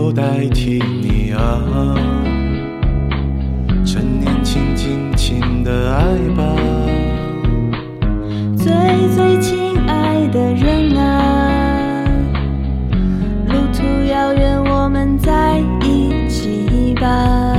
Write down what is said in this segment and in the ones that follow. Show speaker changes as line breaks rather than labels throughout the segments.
够代替你啊，趁年轻尽情的爱吧，
最最亲爱的人啊，路途遥远，我们在一起吧。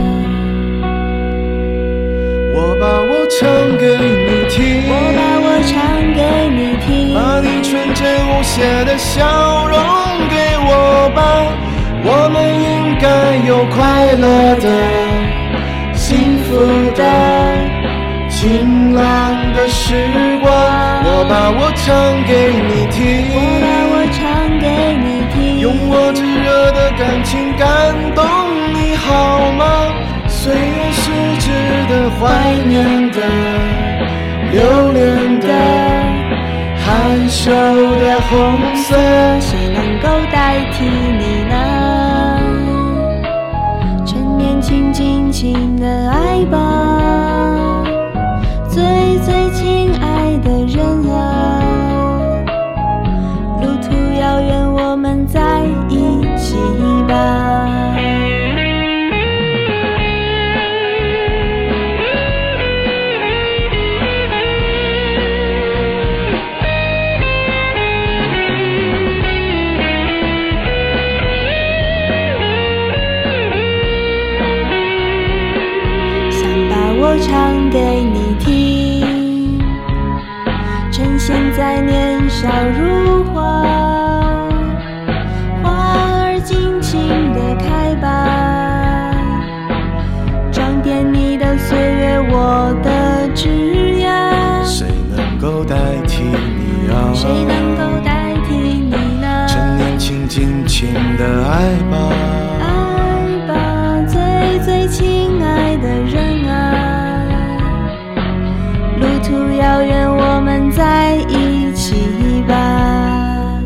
我把我唱给你听，
我把我唱给你听，
把你纯真无邪的笑容给我吧，我们应该有快乐的、幸福的、晴朗的时光。我把我唱给你听，
我把我唱给你听，
用我炙热的感情感动你好吗？岁月是值得怀念的、留恋的、含羞的红色，
谁能够代替你呢？趁年轻尽情的爱吧，最最亲爱的人啊，路途遥远，我们在一起吧。我唱给你听，趁现在年少如花，花儿尽情地开吧，装点你的岁月，我的枝桠。
谁能够代替你啊？
谁能够代替你呢？
趁年轻尽情的爱吧，
爱吧，最最亲爱的人啊，路途遥远，我们在一起吧。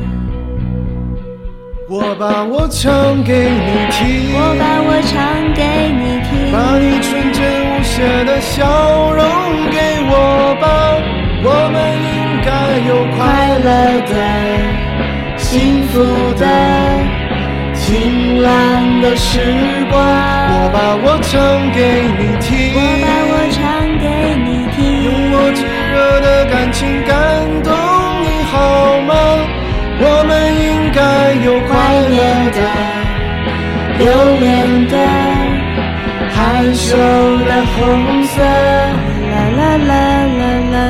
我把我唱给你听，
我把我唱给你听，
把你纯真无邪的笑容给我吧，我们应该有快乐的、幸福的、晴朗的时光。我把我唱给你听，
我把我唱给你听，
用我炙热的感情感动你好吗？我们应该有快乐的、留恋的、含羞的红色。
啦啦啦啦啦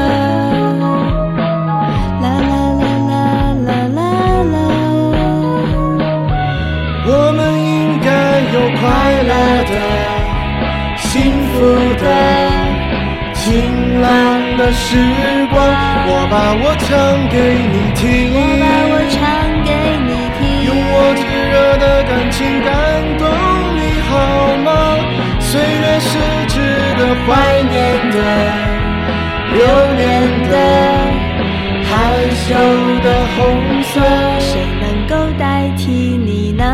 啦啦啦啦啦，
我们应该有快乐的、幸福的、晴朗的时光。我把我唱给你听，
我把我唱给你听，
用我炙热的感情感动你好吗？岁月是值得怀念的、留恋的、含羞的红色，
谁能够代替你呢？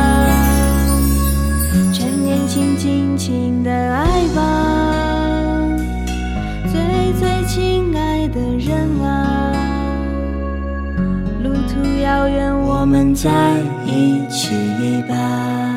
趁年轻尽情的爱吧，最最亲爱的人啊，路途遥远，我们在一起吧。